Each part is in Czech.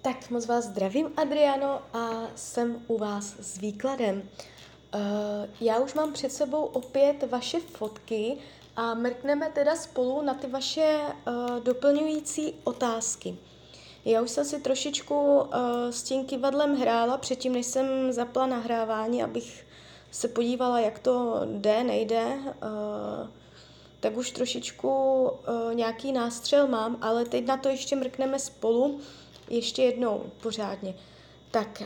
Tak moc vás zdravím, Adriano, a jsem u vás s výkladem. Já už mám před sebou opět vaše fotky a mrkneme teda spolu na ty vaše doplňující otázky. Já už jsem si trošičku s tím kyvadlem hrála předtím, než jsem zapla nahrávání, abych se podívala, jak to jde, nejde. Tak už trošičku nějaký nástřel mám, ale teď na to ještě mrkneme spolu. Ještě jednou, pořádně. Tak,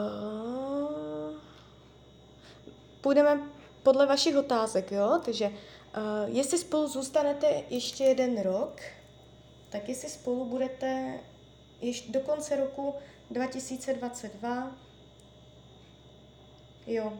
půjdeme podle vašich otázek, jo? Takže, jestli spolu zůstanete ještě jeden rok, tak jestli spolu budete ještě do konce roku 2022, jo.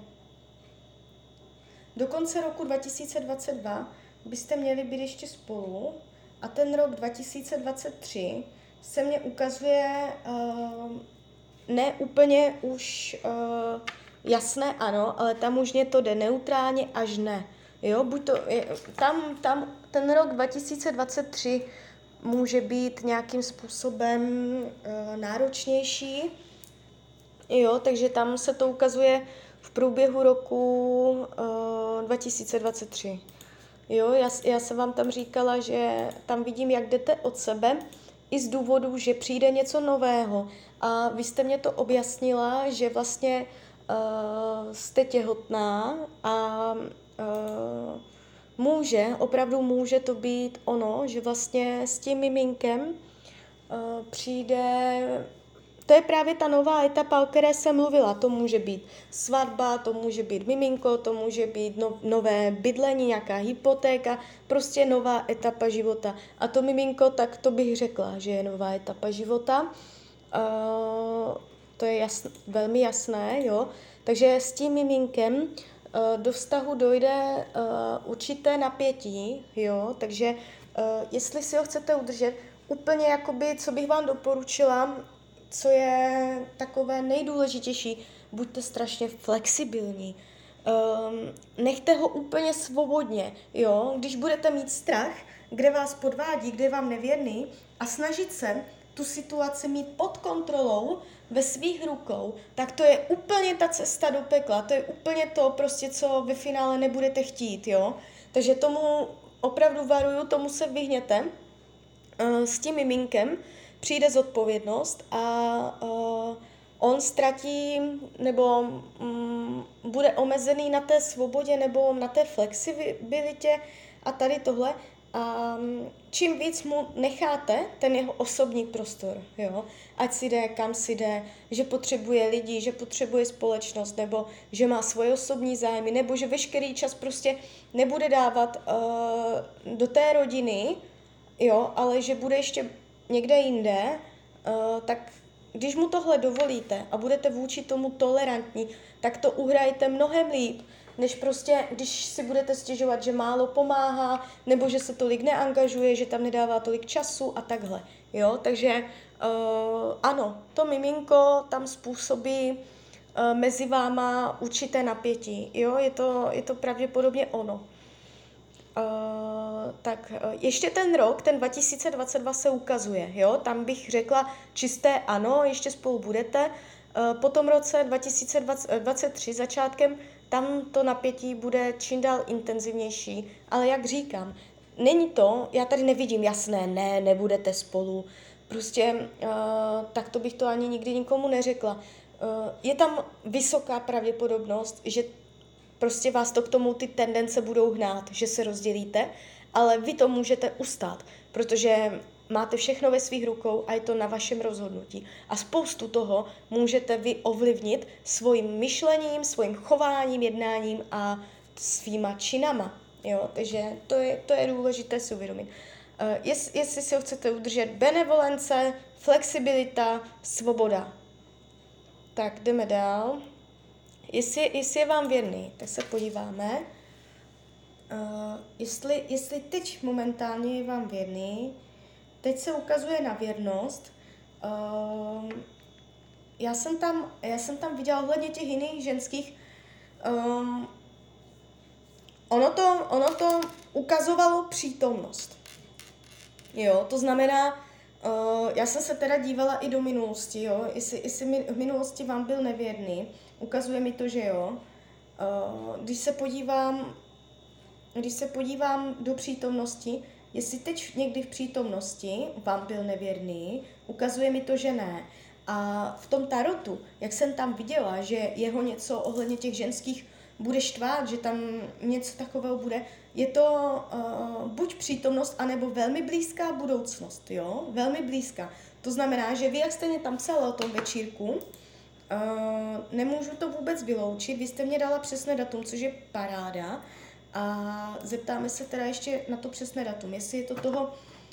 Do konce roku 2022 byste měli být ještě spolu a ten rok 2023 se mně ukazuje ne úplně už jasné ano, ale tam už mě to jde neutrálně až ne. Jo, buď to je, tam ten rok 2023 může být nějakým způsobem náročnější, jo, takže tam se to ukazuje v průběhu roku 2023. Jo, já jsem vám tam říkala, že tam vidím, jak jdete od sebe, i z důvodu, že přijde něco nového. A vy jste mě to objasnila, že vlastně jste těhotná a opravdu může to být ono, že vlastně s tím miminkem přijde. To je právě ta nová etapa, o které jsem mluvila. To může být svatba, to může být miminko, to může být nové bydlení, nějaká hypotéka, prostě nová etapa života. A to miminko, tak to bych řekla, že je nová etapa života. To je velmi jasné, jo. Takže s tím miminkem do vztahu dojde určité napětí, jo. Takže jestli si ho chcete udržet, úplně jakoby, co bych vám doporučila, co je takové nejdůležitější, buďte strašně flexibilní. Nechte ho úplně svobodně, jo? Když budete mít strach, kde vás podvádí, kde je vám nevěrný a snažit se tu situaci mít pod kontrolou ve svých rukou, tak to je úplně ta cesta do pekla, to je úplně to prostě, co ve finále nebudete chtít, jo? Takže tomu opravdu varuju, tomu se vyhněte. S tím miminkem přijde zodpovědnost a on ztratí nebo bude omezený na té svobodě nebo na té flexibilitě a tady tohle. A čím víc mu necháte ten jeho osobní prostor, jo, ať si jde, kam si jde, že potřebuje lidi, že potřebuje společnost, nebo že má svoje osobní zájmy, nebo že veškerý čas prostě nebude dávat do té rodiny, jo, ale že bude ještě někde jinde, tak když mu tohle dovolíte a budete vůči tomu tolerantní, tak to uhrajete mnohem líp, než prostě, když si budete stěžovat, že málo pomáhá, nebo že se tolik neangažuje, že tam nedává tolik času a takhle, jo, takže ano, to miminko tam způsobí mezi váma určité napětí, jo, je to pravděpodobně ono. Tak ještě ten rok, ten 2022 se ukazuje, jo, tam bych řekla čisté ano, ještě spolu budete, po tom roce 2023 začátkem, tam to napětí bude čím dál intenzivnější, ale jak říkám, není to, já tady nevidím jasné, ne, nebudete spolu, prostě tak to bych to ani nikdy nikomu neřekla. Je tam vysoká pravděpodobnost, že prostě vás to k tomu ty tendence budou hnát, že se rozdělíte, ale vy to můžete ustát, protože máte všechno ve svých rukou a je to na vašem rozhodnutí. A spoustu toho můžete vy ovlivnit svým myšlením, svým chováním, jednáním a svýma činama. Jo? Takže to je důležité si uvědomit. Jestli si ho chcete udržet, benevolence, flexibilita, svoboda. Tak jdeme dál. Jestli je vám věrný, tak se podíváme. Jestli teď momentálně je vám věrný, teď se ukazuje na věrnost. Já jsem tam viděla ohledně těch jiných ženských, ono to ukazovalo přítomnost. Jo, to znamená, Já jsem se teda dívala i do minulosti, jo, jestli v minulosti vám byl nevěrný, ukazuje mi to, že jo. Když se podívám do přítomnosti, jestli teď někdy v přítomnosti vám byl nevěrný, ukazuje mi to, že ne. A v tom tarotu, jak jsem tam viděla, že jeho něco ohledně těch ženských bude štvát, že tam něco takového bude, je to buď přítomnost, anebo velmi blízká budoucnost, jo? Velmi blízká. To znamená, že vy, jak jste mě tam psala o tom večírku, nemůžu to vůbec vyloučit, vy jste mě dala přesné datum, což je paráda, a zeptáme se teda ještě na to přesné datum, jestli je to toho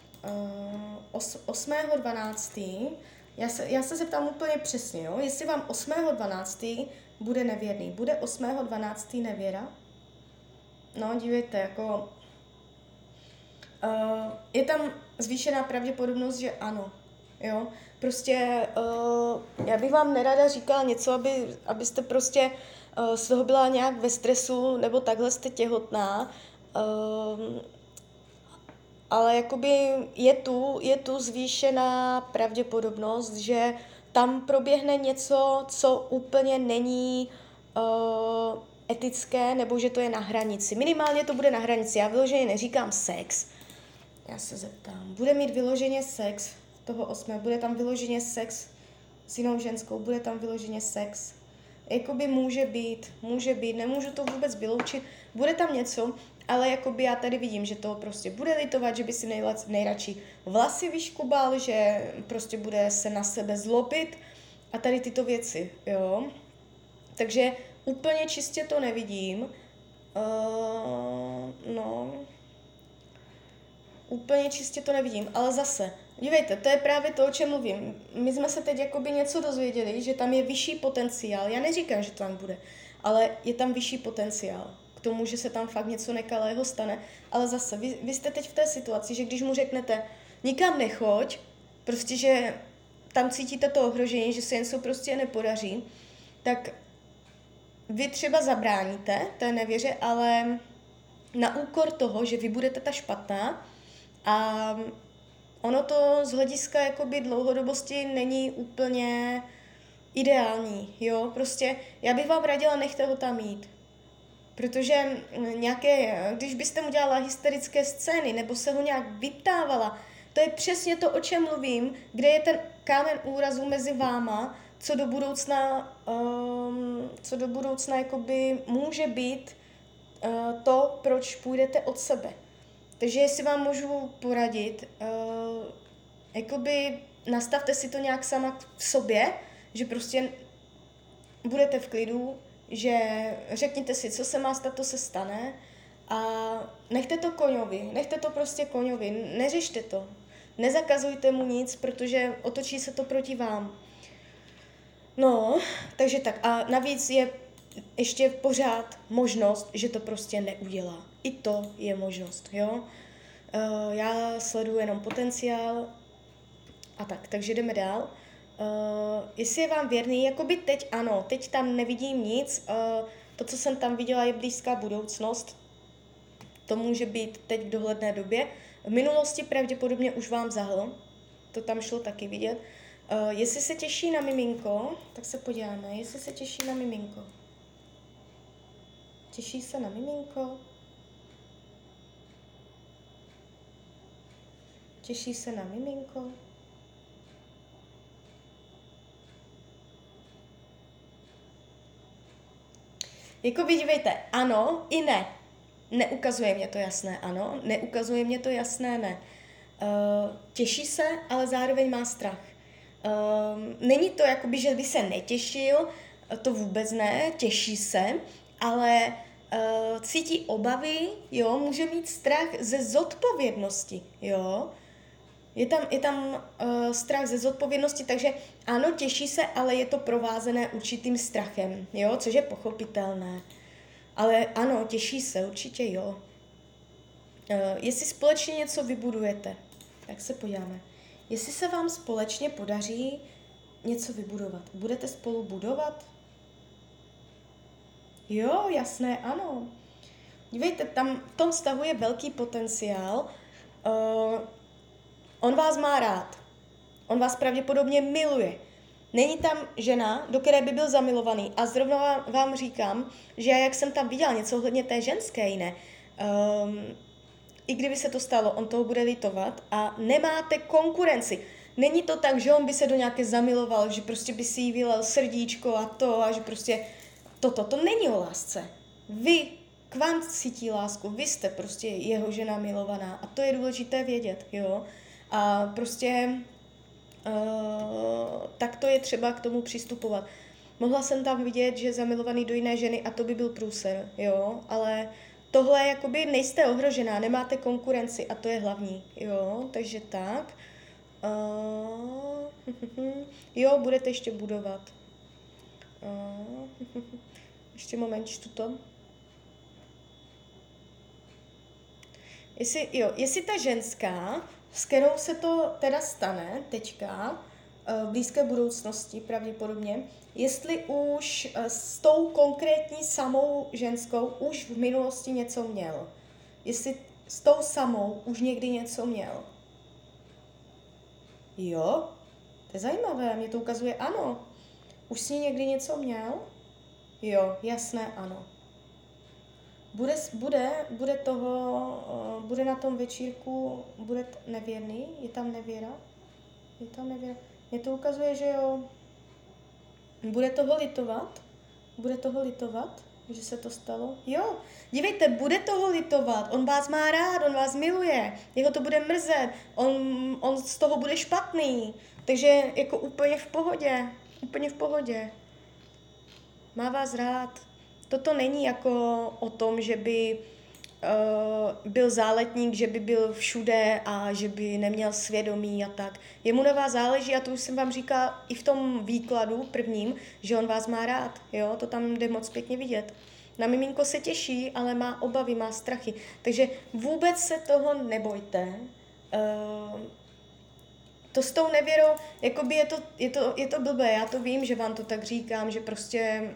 8.12. Já se zeptám úplně přesně, jo? Jestli vám 8.12. bude nevěrný. Bude 8.12. nevěra? No, dívejte, jako... je tam zvýšená pravděpodobnost, že ano. Jo? Prostě já bych vám nerada říkala něco, abyste prostě z toho byla nějak ve stresu, nebo takhle jste těhotná, ale jakoby je tu zvýšená pravděpodobnost, že tam proběhne něco, co úplně není etické, nebo že to je na hranici. Minimálně to bude na hranici. Já vyloženě neříkám sex. Já se zeptám. Bude mít vyloženě sex toho 8. Bude tam vyloženě sex s jinou ženskou? Bude tam vyloženě sex? Jakoby může být, nemůžu to vůbec vyloučit. Bude tam něco, ale jakoby já tady vidím, že to prostě bude litovat, že by si nejradši vlasy vyškubal, že prostě bude se na sebe zlobit a tady tyto věci, jo. Takže úplně čistě to nevidím. Úplně čistě to nevidím, ale zase, dívejte, to je právě to, o čem mluvím. My jsme se teď jakoby něco dozvěděli, že tam je vyšší potenciál. Já neříkám, že to tam bude, ale je tam vyšší potenciál k tomu, že se tam fakt něco nekalého stane. Ale zase, vy jste teď v té situaci, že když mu řeknete, nikam nechoď, prostě, že tam cítíte to ohrožení, že se něco prostě nepodaří, tak vy třeba zabráníte té nevěře, ale na úkor toho, že vy budete ta špatná, a ono to z hlediska jakoby dlouhodobosti není úplně ideální, jo, prostě já bych vám radila, nechte ho tam mít, protože když byste mu dělala hysterické scény, nebo se ho nějak vyptávala, to je přesně to, o čem mluvím, kde je ten kámen úrazu mezi váma, co do budoucna jakoby může být to, proč půjdete od sebe. Takže jestli vám můžu poradit, jakoby nastavte si to nějak sama v sobě, že prostě budete v klidu, že řekněte si, co se má stát, to se stane a nechte to prostě koňovi, neřešte to, nezakazujte mu nic, protože otočí se to proti vám. No, takže tak a navíc je ještě pořád možnost, že to prostě neudělá. I to je možnost, jo. Já sleduju jenom potenciál a tak, takže jdeme dál. Jestli je vám věrný, jakoby teď ano, teď tam nevidím nic, to, co jsem tam viděla, je blízká budoucnost, to může být teď v dohledné době. V minulosti pravděpodobně už vám zahl, to tam šlo taky vidět. Jestli se těší na miminko, tak se podíváme, jestli se těší na miminko. Těší se na miminko? Těší se na miminko? Jakoby dívejte, ano i ne. Neukazuje mě to jasné ano, neukazuje mě to jasné ne. Těší se, ale zároveň má strach. Není to jakoby, že by se netěšil, to vůbec ne, těší se, ale cítí obavy, jo, může mít strach ze zodpovědnosti, jo. Je tam strach ze zodpovědnosti, takže ano, těší se, ale je to provázené určitým strachem, jo, což je pochopitelné. Ale ano, těší se, určitě jo. Jestli společně něco vybudujete, tak se podíváme. Jestli se vám společně podaří něco vybudovat, budete spolu budovat? Jo, jasné, ano. Dívejte, tam v tom vztahu je velký potenciál. On vás má rád. On vás pravděpodobně miluje. Není tam žena, do které by byl zamilovaný. A zrovna vám říkám, že jak jsem tam viděla něco ohledně té ženské jiné, i kdyby se to stalo, on toho bude litovat a nemáte konkurenci. Není to tak, že on by se do nějaké zamiloval, že prostě by si jí vylel srdíčko a že prostě to není o lásce. Vy k vám cítí lásku, vy jste prostě jeho žena milovaná a to je důležité vědět, jo. A prostě tak to je třeba k tomu přistupovat. Mohla jsem tam vidět, že je zamilovaný do jiné ženy a to by byl průser, jo, ale tohle jakoby nejste ohrožená, nemáte konkurenci a to je hlavní, jo, takže tak. Jo, budete ještě budovat. Ještě čtu to. Jestli ta ženská, s kterou se to teda stane teďka, v blízké budoucnosti pravděpodobně, jestli už s tou konkrétní samou ženskou už v minulosti něco měl. Jestli s tou samou už někdy něco měl. Jo, to je zajímavé, mě to ukazuje ano. Už s ní někdy něco měl? Jo, jasné, ano. Bude na tom večírku, bude nevěrný? Je tam nevěra? Mně to ukazuje, že jo. Bude toho litovat? Že se to stalo? Jo, dívejte, bude toho litovat, on vás má rád, on vás miluje, jeho to bude mrzet, on z toho bude špatný, takže jako úplně v pohodě. Má vás rád. Toto není jako o tom, že by byl záletník, že by byl všude a že by neměl svědomí a tak. Jemu na vás záleží a to už jsem vám říkala i v tom výkladu prvním, že on vás má rád, jo, to tam jde moc pěkně vidět. Na miminko se těší, ale má obavy, má strachy. Takže vůbec se toho nebojte. To s tou nevěrou, jakoby je to blbé, já to vím, že vám to tak říkám, že prostě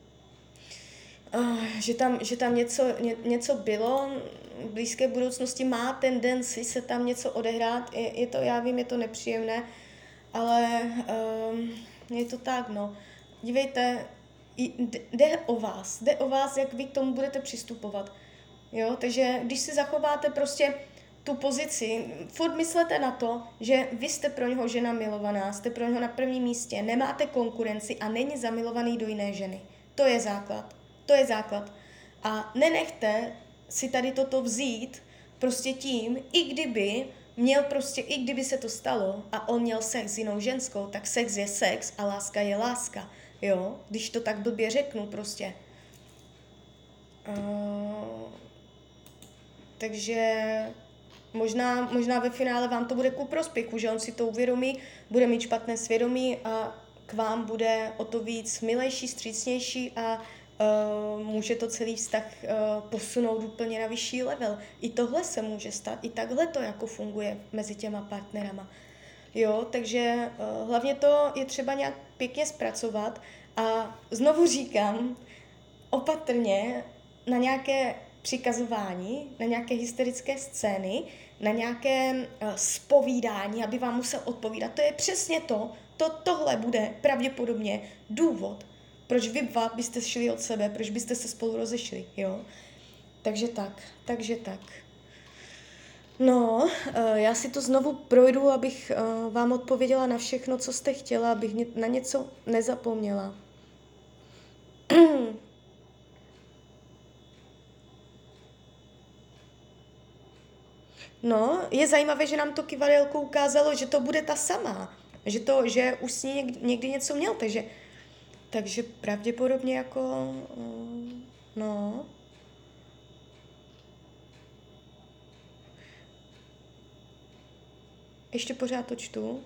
že tam něco bylo, v blízké budoucnosti má tendenci se tam něco odehrát, já vím, je to nepříjemné, ale je to tak, no. Dívejte, jde o vás, jak vy k tomu budete přistupovat, jo, takže když si zachováte prostě tu pozici, furt myslete na to, že vy jste pro něho žena milovaná, jste pro něho na prvním místě, nemáte konkurenci a není zamilovaný do jiné ženy. To je základ. A nenechte si tady toto vzít prostě tím, i kdyby se to stalo a on měl sex s jinou ženskou, tak sex je sex a láska je láska, jo? Když to tak blbě řeknu prostě. Takže možná ve finále vám to bude ku prospěchu, že on si to uvědomí, bude mít špatné svědomí a k vám bude o to víc milejší, střícnější a může to celý vztah posunout úplně na vyšší level. I tohle se může stát, i takhle to jako funguje mezi těma partnerama. Jo, takže hlavně to je třeba nějak pěkně zpracovat a znovu říkám, opatrně na nějaké přikazování, na nějaké hysterické scény, na nějaké zpovídání, aby vám musel odpovídat. To je přesně tohle bude pravděpodobně důvod, proč vy dva byste šli od sebe, proč byste se spolu rozešli, jo? Takže tak. No, já si to znovu projdu, abych vám odpověděla na všechno, co jste chtěla, abych na něco nezapomněla. No, je zajímavé, že nám to kivadelko ukázalo, že to bude ta samá, že už s ní někdy něco měl, takže pravděpodobně jako, no. Ještě pořád to čtu.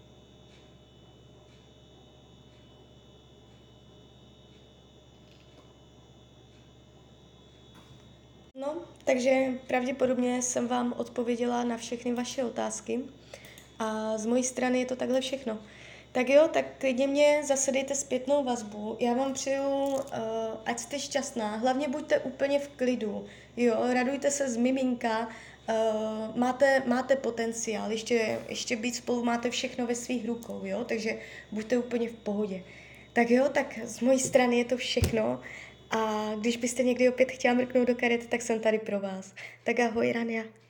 No, takže pravděpodobně jsem vám odpověděla na všechny vaše otázky a z mojí strany je to takhle všechno. Tak jo, tak klidně mě zase dejte zpětnou vazbu. Já vám přeju, ať jste šťastná, hlavně buďte úplně v klidu, jo, radujte se z miminka, máte potenciál, ještě být spolu, máte všechno ve svých rukou, jo, takže buďte úplně v pohodě. Tak jo, tak z mojí strany je to všechno a když byste někdy opět chtěla mrknout do karet, tak jsem tady pro vás. Tak ahoj, Rania.